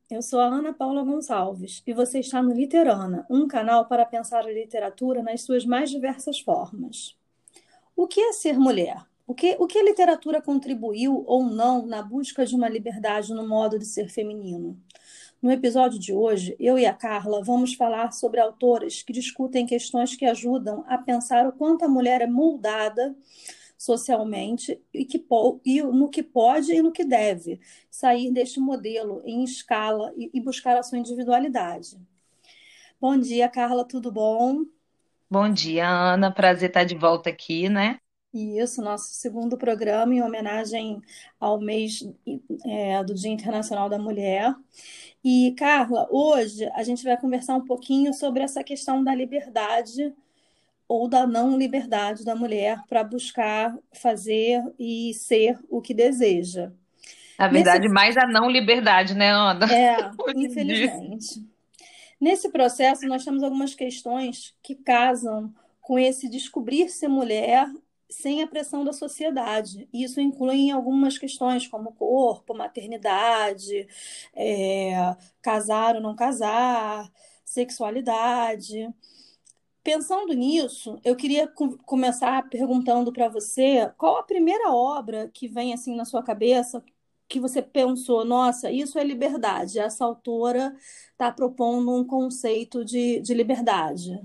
Eu sou a Ana Paula Gonçalves e você está no Literana, um canal para pensar a literatura nas suas mais diversas formas. O que é ser mulher? O que a literatura contribuiu ou não na busca de uma liberdade no modo de ser feminino? No episódio de hoje, eu e a Carla vamos falar sobre autoras que discutem questões que ajudam a pensar o quanto a mulher é moldada socialmente e no que pode e no que deve sair deste modelo em escala e buscar a sua individualidade. Bom dia, Carla, tudo bom? Bom dia, Ana. Prazer estar de volta aqui, né? E isso, nosso segundo programa em homenagem ao mês do Dia Internacional da Mulher. E, Carla, hoje a gente vai conversar um pouquinho sobre essa questão da liberdade ou da não liberdade da mulher para buscar fazer e ser o que deseja. Na Nesse, verdade, mais a não liberdade, né, Ana? Hoje em dia. infelizmente. Nesse processo, nós temos algumas questões que casam com esse descobrir-se mulher sem a pressão da sociedade. Isso inclui algumas questões como corpo, maternidade, é, casar ou não casar, sexualidade. Pensando nisso, eu queria começar perguntando para você qual a primeira obra que vem assim na sua cabeça que você pensou, nossa, isso é liberdade. Essa autora está propondo um conceito de liberdade.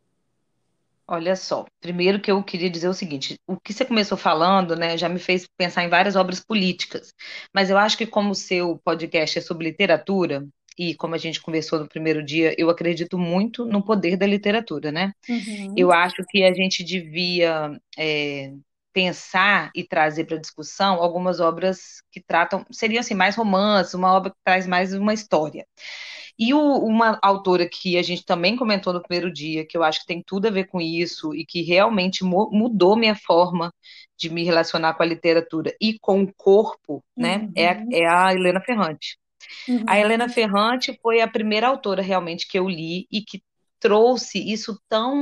Olha só, primeiro que eu queria dizer o seguinte: o que você começou falando, né, já me fez pensar em várias obras políticas, mas eu acho que, como o seu podcast é sobre literatura, e como a gente conversou no primeiro dia, eu acredito muito no poder da literatura, né? Uhum, Eu acho que a gente devia pensar e trazer para discussão algumas obras que tratam, seriam assim, mais romance, uma obra que traz mais uma história. E uma autora que a gente também comentou no primeiro dia, que eu acho que tem tudo a ver com isso e que realmente mudou minha forma de me relacionar com a literatura e com o corpo, né, uhum, é a Helena Ferrante. A Helena uhum, Ferrante foi a primeira autora realmente que eu li e que trouxe isso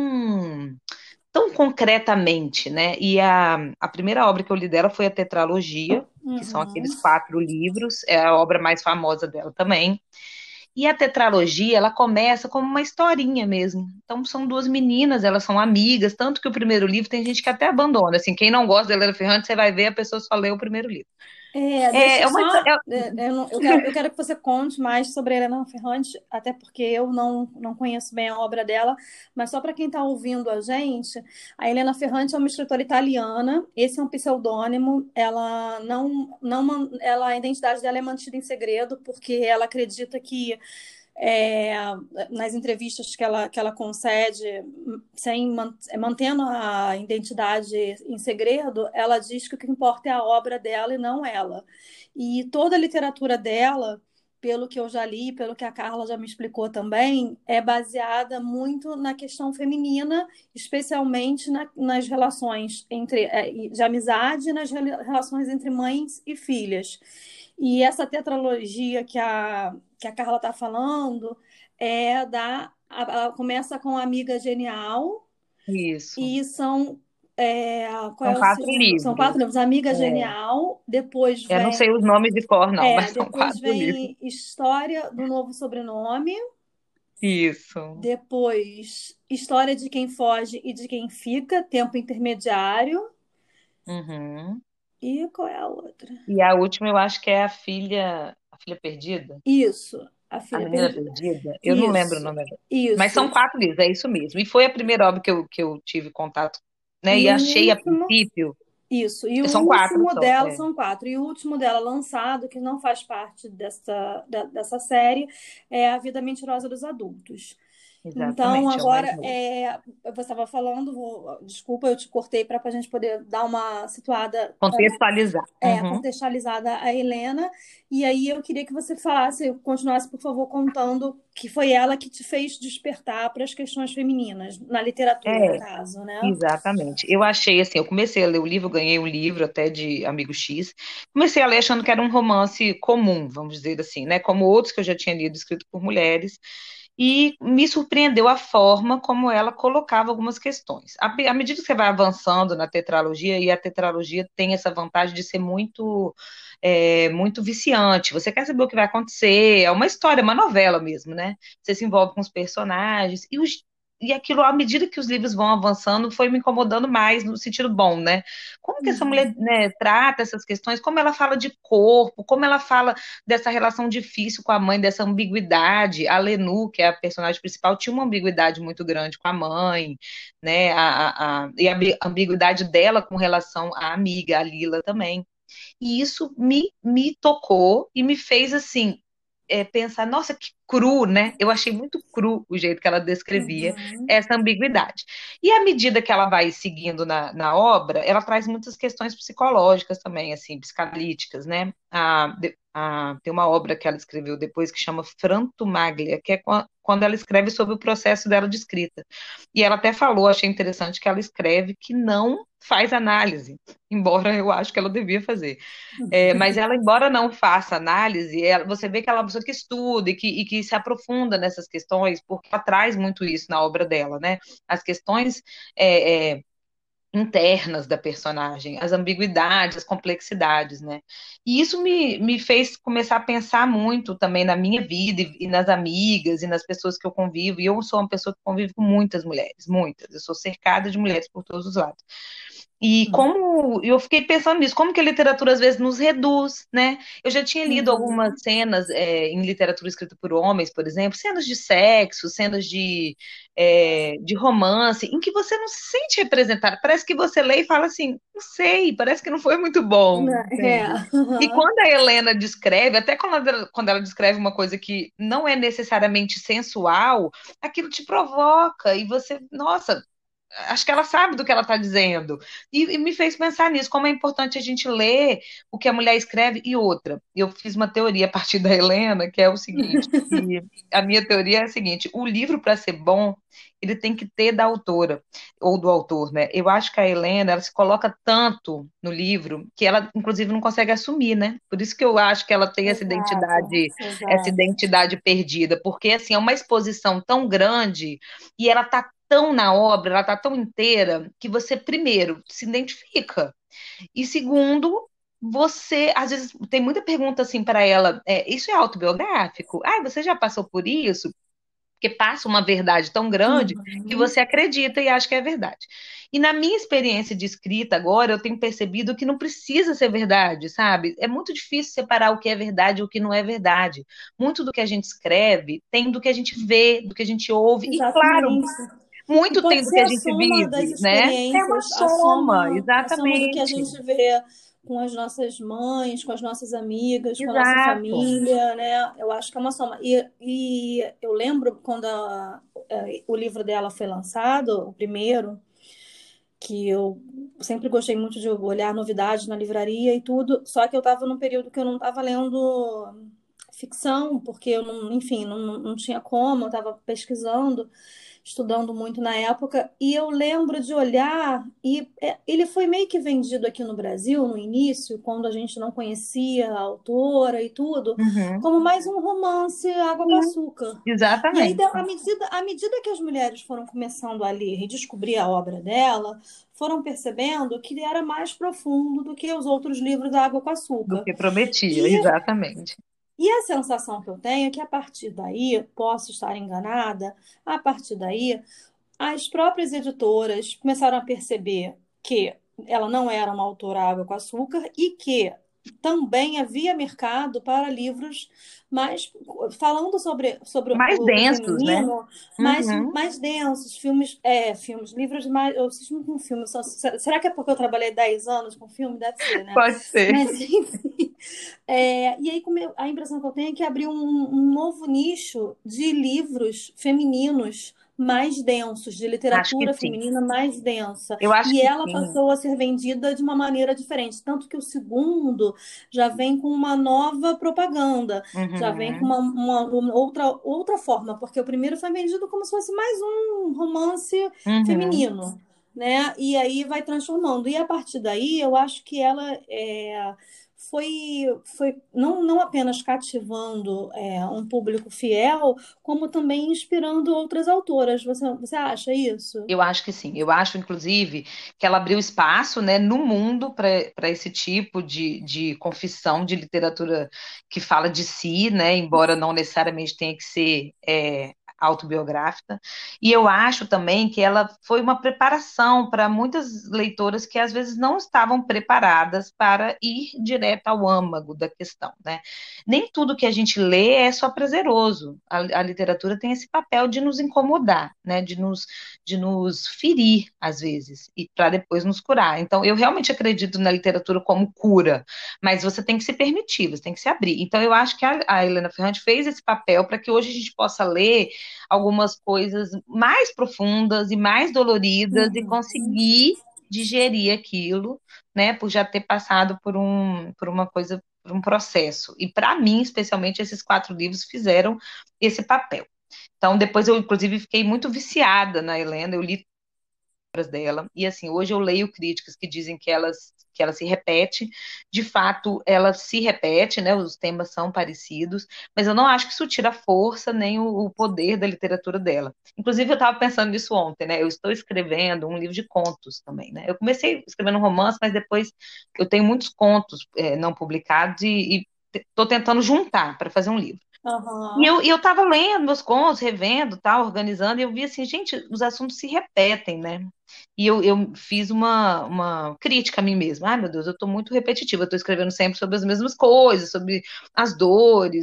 tão concretamente, né? E a primeira obra que eu li dela foi a Tetralogia, que são uhum. aqueles 4 livros, é a obra mais famosa dela também. E a tetralogia, ela começa como uma historinha mesmo. Então, são duas meninas, elas são amigas, tanto que o primeiro livro tem gente que até abandona. Assim, quem não gosta da Helena Ferrante, você vai ver, a pessoa só lê o primeiro livro. Deixa É uma. só. Eu quero que você conte mais sobre a Helena Ferrante, até porque eu não conheço bem a obra dela, mas só para quem está ouvindo a gente, a Helena Ferrante é uma escritora italiana, esse é um pseudônimo, ela a identidade dela é mantida em segredo, porque ela acredita que é, nas entrevistas que ela concede, mantendo a identidade em segredo, ela diz que o que importa é a obra dela e não ela. E toda a literatura dela, pelo que eu já li, pelo que a Carla já me explicou também, é baseada muito na questão feminina, especialmente nas relações de amizade e nas relações entre mães e filhas. E essa tetralogia que a Carla está falando ela começa com a Amiga Genial Isso. e qual São é o quatro segundo? São livros. 4 livros. Amiga É. Genial, depois Eu não vem sei os nomes de cor, não, mas são depois 4 livros. vem História do Novo Sobrenome, Isso. depois História de Quem Foge e de Quem Fica, Tempo Intermediário, Uhum. e qual é a outra? E a última eu acho que é a filha perdida. Isso, A A Filha menina Perdida. perdida. Eu não lembro o Isso, nome agora. Mas isso. são 4 livros, é isso mesmo. E foi a primeira obra que eu tive contato, né? E E o achei a último princípio. Isso, e o São 4 último só. dela É, são 4. E o último dela lançado, que não faz parte dessa série, é A Vida Mentirosa dos Adultos. Então, exatamente, é o mais agora, novo. você estava falando, desculpa, eu te cortei para a gente poder dar uma situada Contextualizar. Uhum. contextualizada a Helena. E aí eu queria que você falasse, continuasse, por favor, contando que foi ela que te fez despertar para as questões femininas, na literatura, no É, caso, né? exatamente. Eu achei assim, eu comecei a ler o livro, eu ganhei o livro até de Amigo X. Comecei a ler achando que era um romance comum, vamos dizer assim, né? Como outros que eu já tinha lido, escrito por mulheres. e me surpreendeu a forma como ela colocava algumas questões. À medida que você vai avançando na tetralogia, e a tetralogia tem essa vantagem de ser muito viciante. Você quer saber o que vai acontecer, é uma história, uma novela mesmo, né? Você se envolve com os personagens, e aquilo, à medida que os livros vão avançando, foi me incomodando mais no sentido bom, né? Como que essa mulher, Uhum. né, trata essas questões, como ela fala de corpo, como ela fala dessa relação difícil com a mãe, dessa ambiguidade. A Lenu, que é a personagem principal, tinha uma ambiguidade muito grande com a mãe, né? E a ambiguidade dela com relação à amiga, a Lila também. E isso me tocou e me fez assim pensar, nossa, que cru, né? Eu achei muito cru o jeito que ela descrevia Uhum. essa ambiguidade. E à medida que ela vai seguindo na obra, ela traz muitas questões psicológicas também, assim, psicanalíticas, né? Tem uma obra que ela escreveu depois que chama Frantumaglia, que é quando ela escreve sobre o processo dela de escrita. E ela até falou, achei interessante, que ela escreve que não faz análise, embora eu acho que ela devia fazer. Mas ela, embora não faça análise, você vê que ela é uma pessoa que estuda e que se aprofunda nessas questões, porque ela traz muito isso na obra dela, né? As questões é, é, internas da personagem, as ambiguidades, as complexidades, né? E isso me fez começar a pensar muito também na minha vida e nas amigas e nas pessoas que eu convivo. E eu sou uma pessoa que convive com muitas mulheres, muitas. Eu sou cercada de mulheres por todos os lados. E como eu fiquei pensando nisso, como que a literatura às vezes nos reduz, né? Eu já tinha lido algumas Uhum. cenas em literatura escrita por homens, por exemplo, cenas de sexo, cenas de romance, em que você não se sente representado. Parece que você lê e fala assim, não sei, parece que não foi muito bom, É. entende? E Uhum. quando a Helena descreve, até quando ela descreve uma coisa que não é necessariamente sensual, aquilo te provoca e você, nossa, acho que ela sabe do que ela está dizendo. E me fez pensar nisso, como é importante a gente ler o que a mulher escreve. E outra, eu fiz uma teoria a partir da Helena, que é o seguinte, e a minha teoria é a seguinte, o livro, para ser bom, ele tem que ter da autora, ou do autor, né? Eu acho que a Helena, ela se coloca tanto no livro, que ela, inclusive, não consegue assumir, né? Por isso que eu acho que ela tem Exato, essa exato. identidade perdida, porque, assim, é uma exposição tão grande, e ela tá tão na obra, ela tá tão inteira, que você, primeiro, se identifica. E segundo, você, às vezes, tem muita pergunta assim para ela: isso é autobiográfico? Ah, você já passou por isso? Porque passa uma verdade tão grande que Uhum. você acredita e acha que é verdade. E na minha experiência de escrita agora, eu tenho percebido que não precisa ser verdade, sabe? É muito difícil separar o que é verdade e o que não é verdade. Muito do que a gente escreve tem do que a gente vê, do que a gente ouve, e claro, Exatamente. E muito pode tem do ser que a a gente soma das vive, né? É uma experiências, soma, a soma do que a exatamente. gente vê com as nossas mães, com as nossas amigas, com a nossa Exato. família, né? Eu acho que é uma soma. E eu lembro quando o livro dela foi lançado, o primeiro, que eu sempre gostei muito de olhar novidades na livraria e tudo, só que eu estava num período que eu não estava lendo ficção, porque eu não, enfim, não tinha como, eu estava pesquisando, estudando muito na época, e eu lembro de olhar, ele foi meio que vendido aqui no Brasil no início, quando a gente não conhecia a autora e tudo, Uhum. como mais um romance água com Sim, açúcar. E aí, exatamente. à medida que as mulheres foram começando a ler e descobrir a obra dela, foram percebendo que ele era mais profundo do que os outros livros da Água com Do Açúcar. que prometia, E, exatamente. e a sensação que eu tenho é que a partir daí, posso estar enganada, a partir daí, as próprias editoras começaram a perceber que ela não era uma autora água com açúcar e que também havia mercado para livros mais falando sobre Mais o densos, né? feminino, Uhum. mais densos, livros mais. Eu assisto muito com filme. Será que é porque eu trabalhei 10 anos com filme? Deve ser, né? Pode ser. Mas, enfim. E aí, a impressão que eu tenho é que abriu um novo nicho de livros femininos mais densos, de Acho que literatura sim. feminina mais densa. Eu acho E que ela sim. passou a ser vendida de uma maneira diferente. Tanto que o segundo já vem com uma nova propaganda, já vem com Uhum. uma outra forma, porque o primeiro foi vendido como se fosse mais um romance Uhum. feminino. Né? E aí vai transformando. E a partir daí, eu acho que ela foi não apenas cativando um público fiel, como também inspirando outras autoras. Você acha isso? Eu acho que sim. Eu acho, inclusive, que ela abriu espaço, né, no mundo para esse tipo de confissão de literatura que fala de si, né, embora não necessariamente tenha que ser autobiográfica. E eu acho também que ela foi uma preparação para muitas leitoras que às vezes não estavam preparadas para ir direto ao âmago da questão, né? Nem tudo que a gente lê é só prazeroso. A literatura tem esse papel de nos incomodar, né, de nos ferir, às vezes, e para depois nos curar. Então, eu realmente acredito na literatura como cura, mas você tem que se permitir, você tem que se abrir. Então, eu acho que a Helena Ferrante fez esse papel para que hoje a gente possa ler algumas coisas mais profundas e mais doloridas e Uhum. conseguir digerir aquilo, né, por já ter passado por uma coisa, por um processo. E para mim, especialmente, esses 4 livros fizeram esse papel. Então, depois eu, inclusive, fiquei muito viciada na Helena, eu li obras dela, e assim, hoje eu leio críticas que dizem que ela se repete, de fato, ela se repete, né, os temas são parecidos, mas eu não acho que isso tira a força nem o poder da literatura dela. Inclusive, eu estava pensando nisso ontem, né, eu estou escrevendo um livro de contos também, né, eu comecei escrevendo um romance, mas depois eu tenho muitos contos não publicados e estou tentando juntar para fazer um livro. Aham. E eu tava lendo meus contos, revendo, tal, organizando, e eu vi assim, gente, os assuntos se repetem, né? E eu fiz uma crítica a mim mesma. Ai, meu Deus, eu tô muito repetitiva, eu tô escrevendo sempre sobre as mesmas coisas, sobre as dores,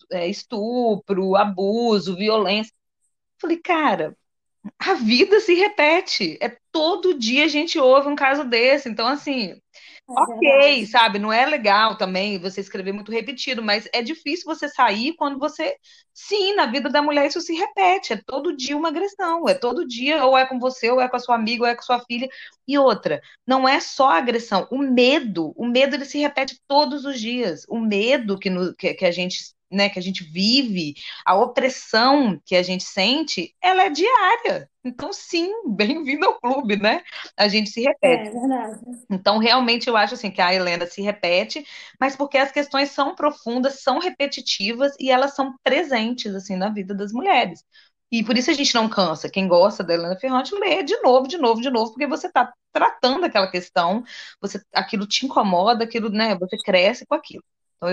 estupro, abuso, violência. Falei, cara, a vida se repete. É todo dia a gente ouve um caso desse. Então, assim, É ok, verdade. sabe? Não é legal também você escrever muito repetido, mas é difícil você sair quando você. Sim, na vida da mulher isso se repete. É todo dia uma agressão. É todo dia, ou é com você, ou é com a sua amiga, ou é com a sua filha. E outra, não é só a agressão. O medo ele se repete todos os dias. O medo que a gente. Né, que a gente vive, a opressão que a gente sente, ela é diária. Então, sim, bem-vindo ao clube, né? A gente se repete. É verdade. Então, realmente, eu acho assim que a Helena se repete, mas porque as questões são profundas, são repetitivas e elas são presentes assim na vida das mulheres. E por isso a gente não cansa. Quem gosta da Helena Ferrante lê de novo, de novo, de novo, porque você está tratando aquela questão, aquilo te incomoda, aquilo, né? Você cresce com aquilo. Então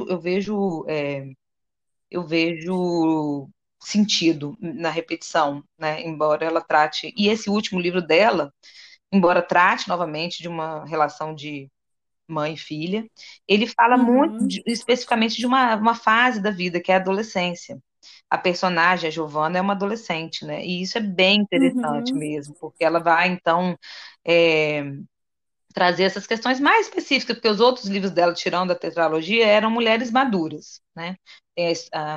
eu vejo sentido na repetição, né? Embora ela trate. E esse último livro dela, embora trate novamente de uma relação de mãe e filha, ele fala muito Uhum. especificamente de uma fase da vida, que é a adolescência. A personagem, a Giovanna, é uma adolescente, né? E isso é bem interessante Uhum. mesmo, porque ela vai, então, é, trazer essas questões mais específicas, porque os outros livros dela, tirando a tetralogia, eram mulheres maduras, né? Tem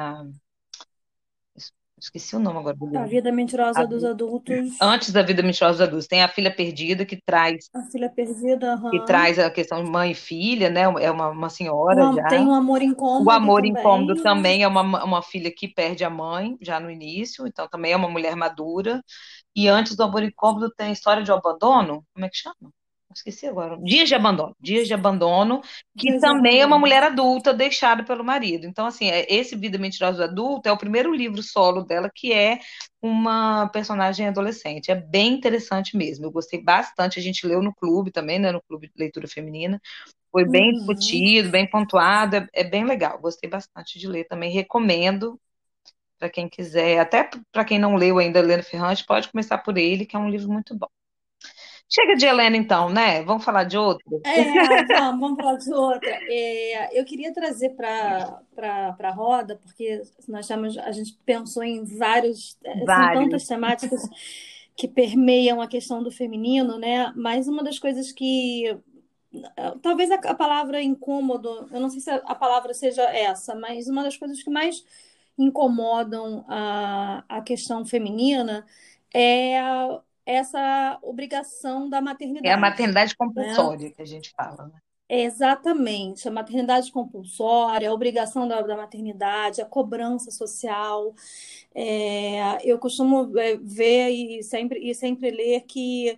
esqueci o nome agora do A livro. vida mentirosa dos adultos. Antes da Vida Mentirosa dos Adultos, tem A Filha Perdida, A filha perdida, que aham. traz a questão de mãe e filha, né? É uma senhora já. Tem um amor O incômodo amor incômodo também, né? também é uma filha que perde a mãe já no início, então também é uma mulher madura. E antes do amor incômodo tem a história de abandono, como é que chama? Esqueci agora. Dias de abandono, que Dias de também é uma abandono. mulher adulta deixada pelo marido. Então, assim, esse Vida Mentirosa do Adulto é o primeiro livro solo dela que é uma personagem adolescente. É bem interessante mesmo. Eu gostei bastante. A gente leu no clube também, né? No clube de leitura feminina. Foi bem Uhum. discutido, bem pontuado, é bem legal. Gostei bastante de ler também. Recomendo para quem quiser, até para quem não leu ainda Helena Ferrante, pode começar por ele, que é um livro muito bom. Chega de Helena, então, né? Vamos falar de outro? Vamos falar de outra. Eu queria trazer para a roda, porque a gente pensou em vários, são Vários. tantas temáticas que permeiam a questão do feminino, né? Mas uma das coisas que talvez a palavra incômodo, eu não sei se a palavra seja essa, mas uma das coisas que mais incomodam a questão feminina é essa obrigação da É a maternidade, maternidade né? compulsória que a gente fala, né? Exatamente, a maternidade compulsória, a obrigação da maternidade, a cobrança social. Eu costumo ver e sempre ler que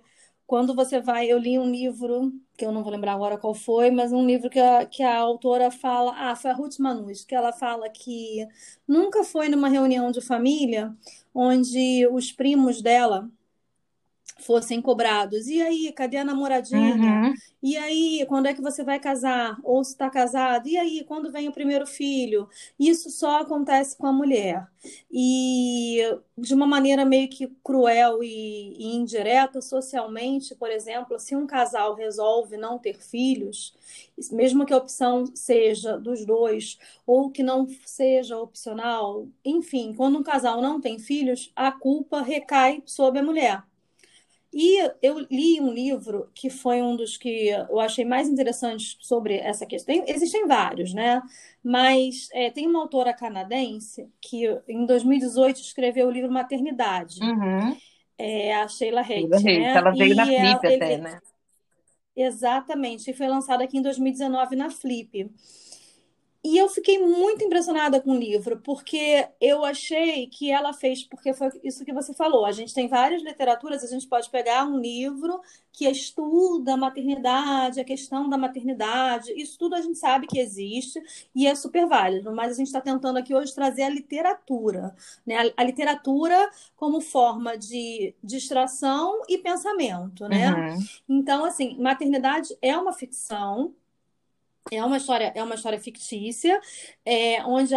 Quando você vai, eu li um livro, que eu não vou lembrar agora qual foi, mas um livro que a autora fala, foi a Ruth Manus, que ela fala que nunca foi numa reunião de família onde os primos dela fossem cobrados. E aí, cadê a namoradinha? Uhum. E aí, quando é que você vai casar? Ou se está casado? E aí, quando vem o primeiro filho? Isso só acontece com a mulher. E de uma maneira meio que cruel e indireta, socialmente, por exemplo, se um casal resolve não ter filhos, mesmo que a opção seja dos dois, ou que não seja opcional, enfim, quando um casal não tem filhos, a culpa recai sobre a mulher. E eu li um livro que foi um dos que eu achei mais interessantes sobre essa questão. Existem vários, né? Mas tem uma autora canadense que, em 2018, escreveu o livro Maternidade, Uhum. a Sheila Sheila Haidt, Reis. né? Ela veio na Flip até, né? Exatamente, e foi lançado aqui em 2019 na Flip. E eu fiquei muito impressionada com o livro, porque eu achei que ela fez, porque foi isso que você falou. A gente tem várias literaturas, a gente pode pegar um livro que estuda a maternidade, a questão da maternidade, isso tudo a gente sabe que existe e é super válido, mas a gente está tentando aqui hoje trazer a literatura, né? A literatura como forma de distração e pensamento, né? Uhum. Então, assim, maternidade é uma ficção. É uma história fictícia, onde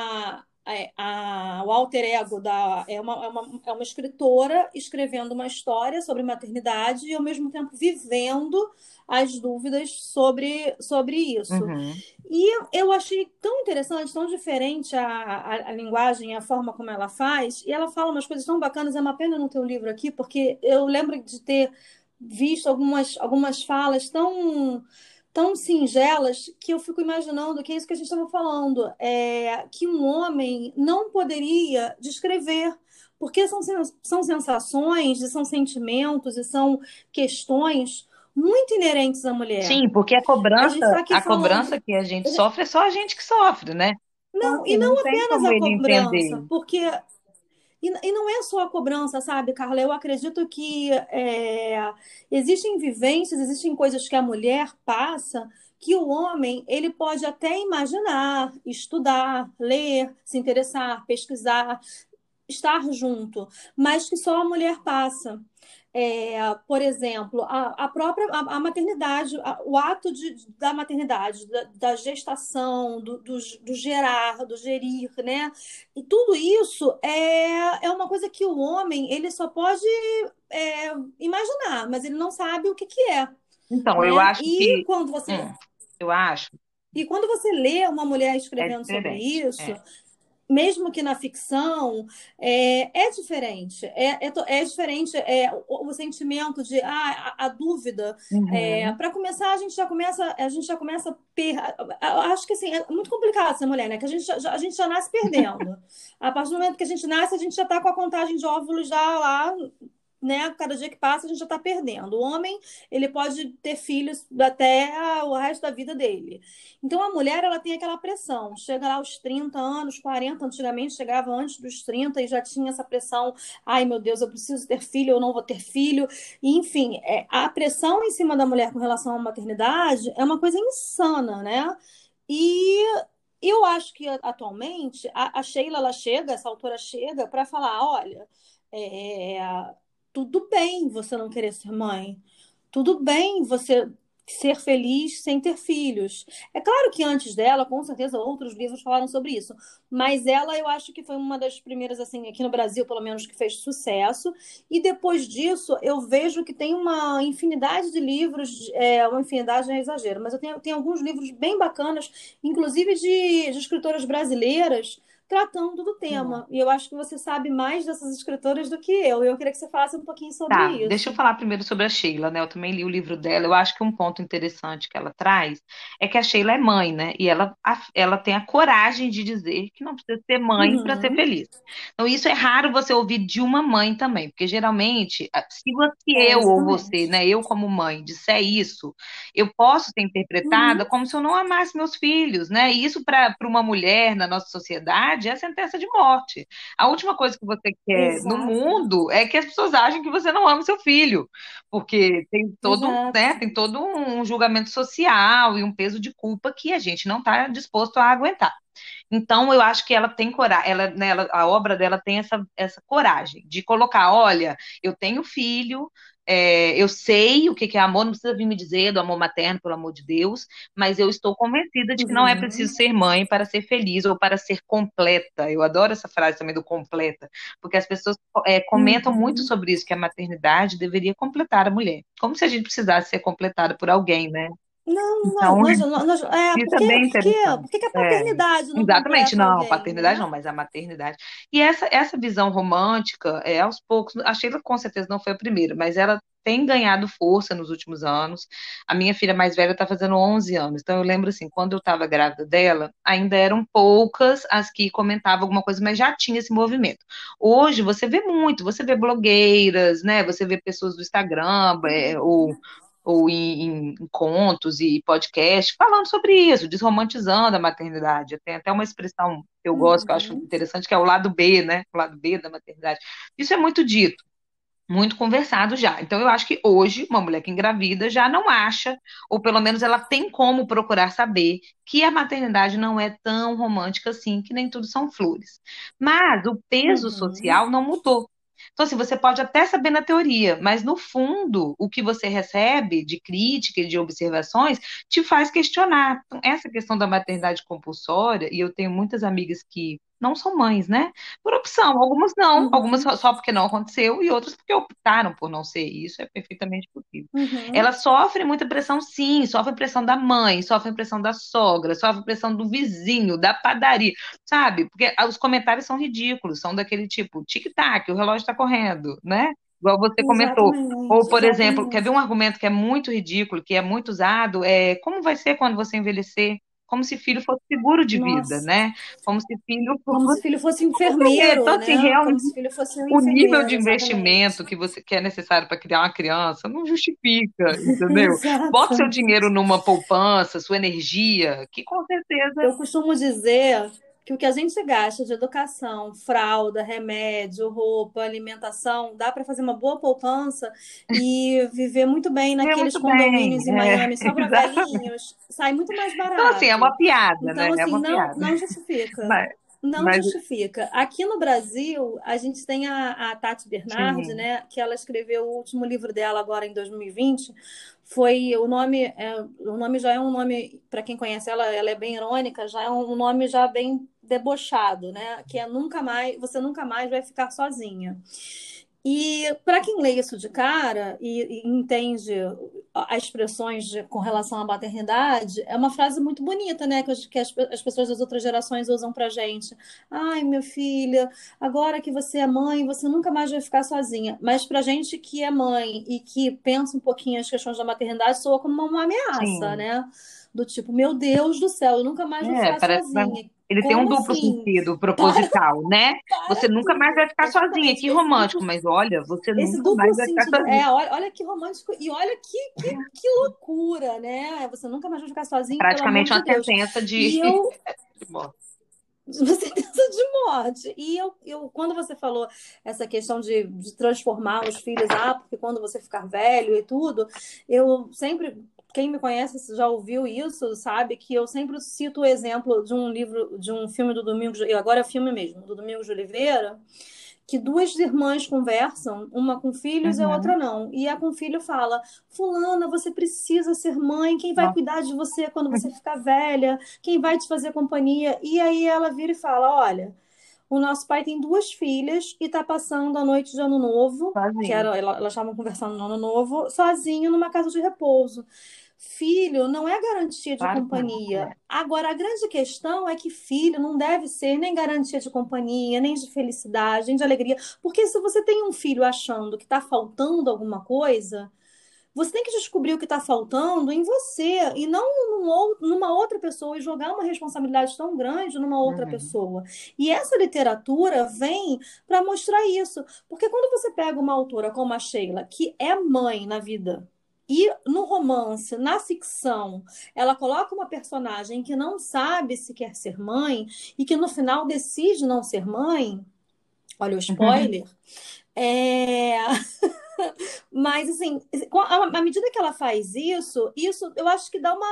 o alter ego é uma escritora escrevendo uma história sobre maternidade e, ao mesmo tempo, vivendo as dúvidas sobre isso. Uhum. E eu achei tão interessante, tão diferente a linguagem, a forma como ela faz, e ela fala umas coisas tão bacanas. É uma pena não ter o livro aqui, porque eu lembro de ter visto algumas falas tão singelas que eu fico imaginando que é isso que a gente estava falando, que um homem não poderia descrever, porque são sensações, e são sentimentos, e são questões muito inerentes à mulher. Sim, porque A gente está aqui a falando. cobrança que a gente sofre é só a gente que sofre, né? Então, Não, assim, e não não tem apenas como a ele entender. cobrança, porque. E não é só a cobrança, sabe, Carla? Eu acredito que existem vivências, existem coisas que a mulher passa que o homem ele pode até imaginar, estudar, ler, se interessar, pesquisar, estar junto, mas que só a mulher passa. Por exemplo, a própria a maternidade, o ato da maternidade, da gestação, do gerar, do gerir, né? E tudo isso é uma coisa que o homem ele só pode imaginar, mas ele não sabe o que que é, Então, eu né? acho E que, quando você hum, eu acho, e quando você lê uma mulher é escrevendo sobre diferente. isso, É. mesmo que na ficção, é diferente. É diferente o sentimento de a dúvida. Uhum. Para começar, a gente já começa acho que assim, é muito complicado ser mulher, né? Que a gente já nasce perdendo. A partir do momento que a gente nasce, a gente já está com a contagem de óvulos já lá, né? Cada dia que passa, a gente já está perdendo. O homem, ele pode ter filhos até o resto da vida dele. Então, a mulher, ela tem aquela pressão. Chega lá aos 30 anos, 40, antigamente chegava antes dos 30 e já tinha essa pressão. Ai, meu Deus, eu preciso ter filho, eu não vou ter filho. E, enfim, a pressão em cima da mulher com relação à maternidade é uma coisa insana, né? E eu acho que atualmente a Sheila, essa autora chega para falar, olha, é, tudo bem você não querer ser mãe. Tudo bem você ser feliz sem ter filhos. É claro que antes dela, com certeza, outros livros falaram sobre isso. Mas ela, eu acho que foi uma das primeiras, assim, aqui no Brasil, pelo menos, que fez sucesso. E depois disso, eu vejo que tem uma infinidade de livros, uma infinidade não é exagero, mas eu tenho alguns livros bem bacanas, inclusive de escritoras brasileiras, tratando do tema. E eu acho que você sabe mais dessas escritoras do que eu. E eu queria que você falasse um pouquinho sobre Tá, deixa eu isso. falar primeiro sobre a Sheila, né? Eu também li o livro dela. Eu acho que um ponto interessante que ela traz é que a Sheila é mãe, né? E ela tem a coragem de dizer que não precisa ser mãe para ser Uhum. feliz. Então, isso é raro você ouvir de uma mãe também, porque geralmente, se eu ou você, Exatamente. né, eu como mãe, disser isso, eu posso ser interpretada Uhum. como se eu não amasse meus filhos, né? E isso para uma mulher na nossa sociedade maternidade é a sentença de morte. A última coisa que você quer no Exato, mundo é que as pessoas achem que você não ama seu filho, porque exato. tem todo um julgamento social e um peso de culpa que a gente não está disposto a aguentar. Então, eu acho que ela tem coragem, a obra dela tem essa coragem de colocar: olha, eu tenho filho, eu sei o que que é amor, não precisa vir me dizer do amor materno, pelo amor de Deus, mas eu estou convencida de que não é Uhum, preciso ser mãe para ser feliz ou para ser completa. Eu adoro essa frase também do completa, porque as pessoas comentam muito uhum. sobre isso, que a maternidade deveria completar a mulher, como se a gente precisasse ser completada por alguém, né? Não, Então, isso é porque, bem porque, interessante. porque que a É, paternidade não exatamente, completa não, alguém, paternidade né? não, mas a maternidade. E essa visão romântica, aos poucos, a Sheila com certeza não foi a primeira, mas ela tem ganhado força nos últimos anos. A minha filha mais velha está fazendo 11 anos, então eu lembro assim, quando eu estava grávida dela, ainda eram poucas as que comentavam alguma coisa, mas já tinha esse movimento. Hoje você vê muito, você vê blogueiras, né? Você vê pessoas do Instagram, ou em contos e podcasts falando sobre isso, desromantizando a maternidade. Tem até uma expressão que eu gosto, que eu acho Uhum, interessante, que é o lado B, né? O lado B da maternidade. Isso é muito dito, muito conversado já. Então, eu acho que hoje, uma mulher que engravida já não acha, ou pelo menos ela tem como procurar saber, que a maternidade não é tão romântica assim, que nem tudo são flores. Mas o peso uhum, social não mudou. Então, assim, você pode até saber na teoria, mas no fundo, o que você recebe de crítica e de observações te faz questionar. Então, essa questão da maternidade compulsória, e eu tenho muitas amigas que não são mães, né? Por opção, algumas não, algumas uhum, só porque não aconteceu e outras porque optaram por não ser. Isso é perfeitamente possível. uhum. Ela sofre muita pressão, sim, sofre pressão da mãe, sofre pressão da sogra, sofre pressão do vizinho, da padaria, sabe? Porque os comentários são ridículos, são daquele tipo, tic-tac, o relógio está correndo, né? Igual você comentou. Ou, Exatamente, por exemplo, quer ver exatamente. um argumento que é muito ridículo, que é muito usado, como vai ser quando você envelhecer? Como se filho fosse seguro de vida, Nossa, né? Como se filho como se fosse filho fosse enfermeiro. enfermeiro, Então, assim, né? Como se realmente, filho fosse um o nível de enfermeiro, exatamente. investimento que é necessário para criar uma criança não justifica, entendeu? Bota seu Exato. dinheiro numa poupança, sua energia, que com certeza. Eu costumo dizer que o que a gente gasta de educação, fralda, remédio, roupa, alimentação, dá para fazer uma boa poupança e viver muito bem É naqueles muito bem, condomínios em Miami só para exatamente. velhinhos, sai muito mais Então, assim, é barato. uma piada, né? Então, É assim, uma piada. não justifica. Mas, Não mas justifica. Aqui no Brasil, a gente tem a Tati Bernardi, sim, né, que ela escreveu o último livro dela agora em 2020. Foi o nome já é um nome para quem conhece ela, ela é bem irônica, já é um nome já bem debochado, né? Que é nunca mais, você nunca mais vai ficar sozinha. E para quem lê isso de cara e entende as expressões com relação à maternidade, é uma frase muito bonita, né? Que as pessoas das outras gerações usam pra gente. Ai, minha filha, agora que você é mãe, você nunca mais vai ficar sozinha. Mas pra gente que é mãe e que pensa um pouquinho as questões da maternidade, soa como uma ameaça, sim. né? Do tipo, meu Deus do céu, eu nunca mais vou ficar Parece que sozinha. ele tem um Como duplo assim? sentido proposital, né? Você Para nunca mais vai tudo. ficar sozinha, Exatamente. que romântico, mas olha, você Esse nunca duplo mais vai ficar sentido. sozinha. Olha que romântico. E olha que loucura, né? Você nunca mais vai ficar É sozinho, pelo amor praticamente de uma Deus. sentença E eu. de morte. Uma sentença de morte. E quando você falou essa questão de transformar os filhos, porque quando você ficar velho e tudo, eu sempre. Quem me conhece já ouviu isso, sabe? Que eu sempre cito o exemplo de um livro, de um filme do Domingos, agora é filme mesmo, do Domingos de Oliveira, que duas irmãs conversam, uma com filhos e a outra Uhum. não. E a com filho fala: Fulana, você precisa ser mãe, quem vai Nossa. cuidar de você quando você ficar velha? Quem vai te fazer companhia? E aí ela vira e fala: Olha, o nosso pai tem duas filhas e tá passando a noite de ano novo, Sozinho. elas estavam conversando no ano novo, sozinho numa casa de repouso. Filho não é garantia de Claro que não. companhia. É. Agora, a grande questão é que filho não deve ser nem garantia de companhia, nem de felicidade, nem de alegria. Porque se você tem um filho achando que está faltando alguma coisa, você tem que descobrir o que está faltando em você e não numa outra pessoa e jogar uma responsabilidade tão grande numa outra Uhum. pessoa. E essa literatura vem para mostrar isso. Porque quando você pega uma autora como a Sheila, que é mãe na vida, e no romance, na ficção, ela coloca uma personagem que não sabe se quer ser mãe e que no final decide não ser mãe, olha o spoiler, é... Mas, assim, à medida que ela faz isso eu acho que dá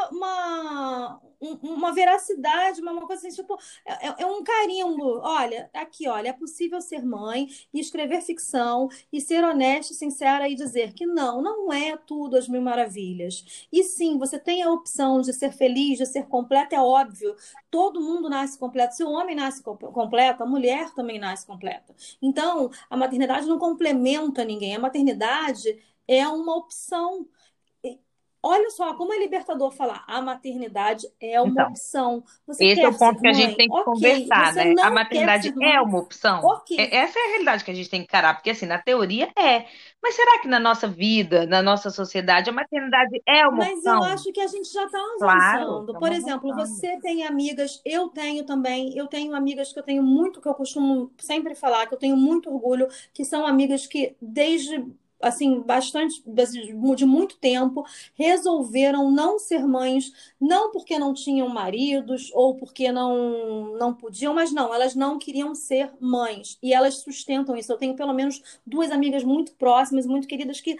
uma veracidade, uma coisa assim, tipo, é um carimbo. Olha, aqui, olha, é possível ser mãe e escrever ficção e ser honesta e sincera e dizer que não é tudo as mil maravilhas. E sim, você tem a opção de ser feliz, de ser completa, é óbvio. Todo mundo nasce completo. Se o homem nasce completo, a mulher também nasce completa. Então, a maternidade não complementa ninguém. A maternidade é uma opção. Olha só como é libertador falar. A maternidade é uma Então, opção. Você esse é quer o ponto ser que a gente mãe? tem que Ok. conversar, Você né? A não quer maternidade ser é mãe? uma opção? Ok. Essa é a realidade que a gente tem que encarar, porque assim, na teoria é. Mas será que na nossa vida, na nossa sociedade, a maternidade é uma Mas eu opção? acho que a gente já está Claro, avançando. Por estamos exemplo, avançando. você tem amigas, eu tenho também, eu tenho amigas que eu tenho muito, que eu costumo sempre falar, que eu tenho muito orgulho, que são amigas que desde assim, bastante de muito tempo, resolveram não ser mães, não porque não tinham maridos ou porque não podiam, mas não, elas não queriam ser mães. E elas sustentam isso. Eu tenho pelo menos duas amigas muito próximas, muito queridas que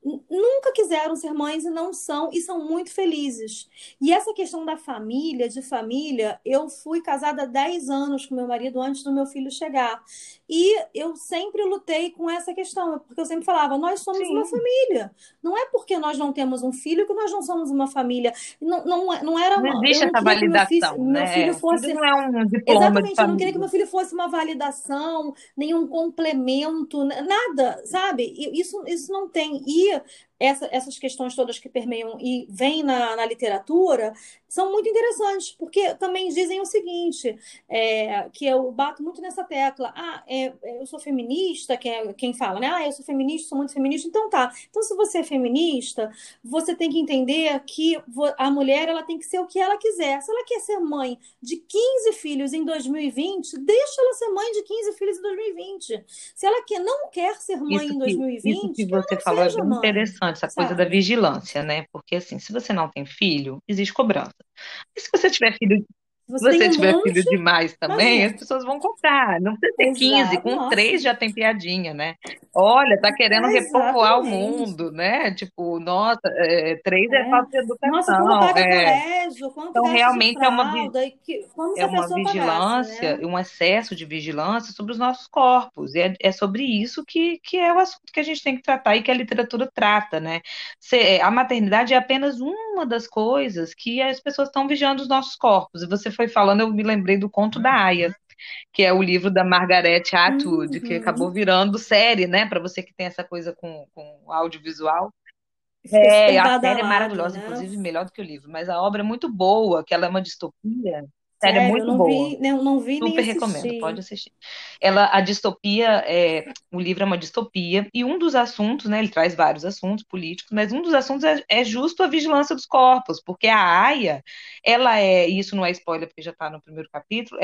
nunca quiseram ser mães e são muito felizes. E essa questão da família, de família, eu fui casada há 10 anos com meu marido antes do meu filho chegar. E eu sempre lutei com essa questão, porque eu sempre falava, nós somos uma Sim, família. Não é porque nós não temos um filho que nós não somos uma família. Não era, não eu existe não essa queria que validação, meu filho né? O filho fosse. não é um diploma de Exatamente, eu não queria que família. meu filho fosse uma validação, nenhum complemento, nada, sabe? Isso não tem. E essas questões todas que permeiam e vêm na literatura são muito interessantes, porque também dizem o seguinte, que eu bato muito nessa tecla, eu sou feminista, que é quem fala, né? Eu sou feminista, sou muito feminista, então tá. Então, se você é feminista, você tem que entender que a mulher ela tem que ser o que ela quiser. Se ela quer ser mãe de 15 filhos em 2020, deixa ela ser mãe de 15 filhos em 2020. Se ela não quer ser mãe em Isso que 2020, que ela você não falou é seja bem mãe, interessante, essa coisa da sabe? vigilância, né? Porque assim, se você não tem filho, existe cobrança. E se você tiver filho, se Se você tem você um tiver filho monte, demais também, as imagina. pessoas vão comprar. Não precisa ter 15, Exato, com nossa. 3 já tem piadinha, né? Olha, tá querendo repovoar o Exatamente. mundo, né? Tipo, nossa, 3 é É. falta de Nossa, como educação. paga colégio, quanto Então, gasta de realmente fralda, como se é a uma pessoa pagasse, vigilância, né? um excesso de vigilância sobre os nossos corpos. E é sobre isso que é o assunto que a gente tem que tratar e que a literatura trata, né? A maternidade é apenas uma das coisas que as pessoas estão vigiando os nossos corpos. E você foi falando, eu me lembrei do Conto da Aia, que é o livro da Margaret Atwood, que acabou Uhum. virando série, né? Para você que tem essa coisa com audiovisual. Ficou super A série é badalado, maravilhosa, né? inclusive melhor do que o livro, mas a obra é muito boa, que ela é uma distopia. A série é Sério, eu muito não boa. vi, não vi nem Super recomendo, assisti. pode assistir. A distopia, o livro é uma distopia, e um dos assuntos, né, ele traz vários assuntos políticos, mas um dos assuntos é justo a vigilância dos corpos, porque a Aya, e isso não é spoiler porque já está no primeiro capítulo,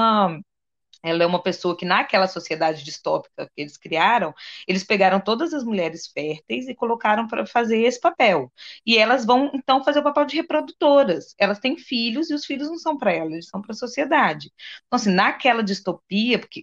ela é uma pessoa que, naquela sociedade distópica que eles criaram, eles pegaram todas as mulheres férteis e colocaram para fazer esse papel. E elas vão, então, fazer o papel de reprodutoras. Elas têm filhos e os filhos não são para elas, eles são para a sociedade. Então, assim, naquela distopia, porque,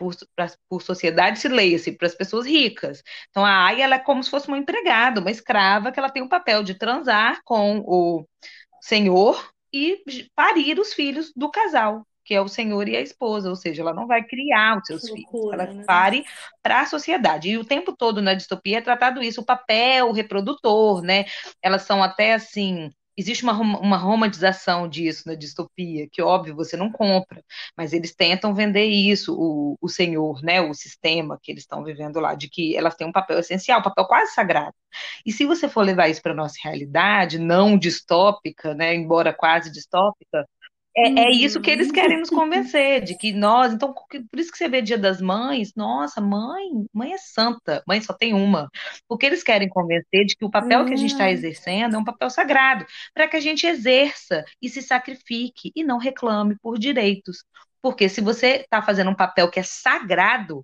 por sociedade se leia-se, para as pessoas ricas. Então, a Aya, ela é como se fosse uma empregada, uma escrava, que ela tem o papel de transar com o senhor e parir os filhos do casal, que é o senhor e a esposa, ou seja, ela não vai criar os Que seus filhos, ela loucura, né? pare para a sociedade. E o tempo todo na distopia é tratado isso, o papel reprodutor, né? Elas são até assim. Existe uma romantização disso na distopia, que óbvio você não compra, mas eles tentam vender isso, o senhor, né, o sistema que eles estão vivendo lá, de que elas têm um papel essencial, um papel quase sagrado. E se você for levar isso para a nossa realidade, não distópica, né, embora quase distópica, é isso que eles Uhum. querem nos convencer, de que nós, então, por isso que você vê Dia das Mães, nossa, mãe é santa, mãe só tem uma. Porque eles querem convencer de que o papel que a gente está É. exercendo é um papel sagrado, para que a gente exerça e se sacrifique e não reclame por direitos. Porque se você está fazendo um papel que é sagrado,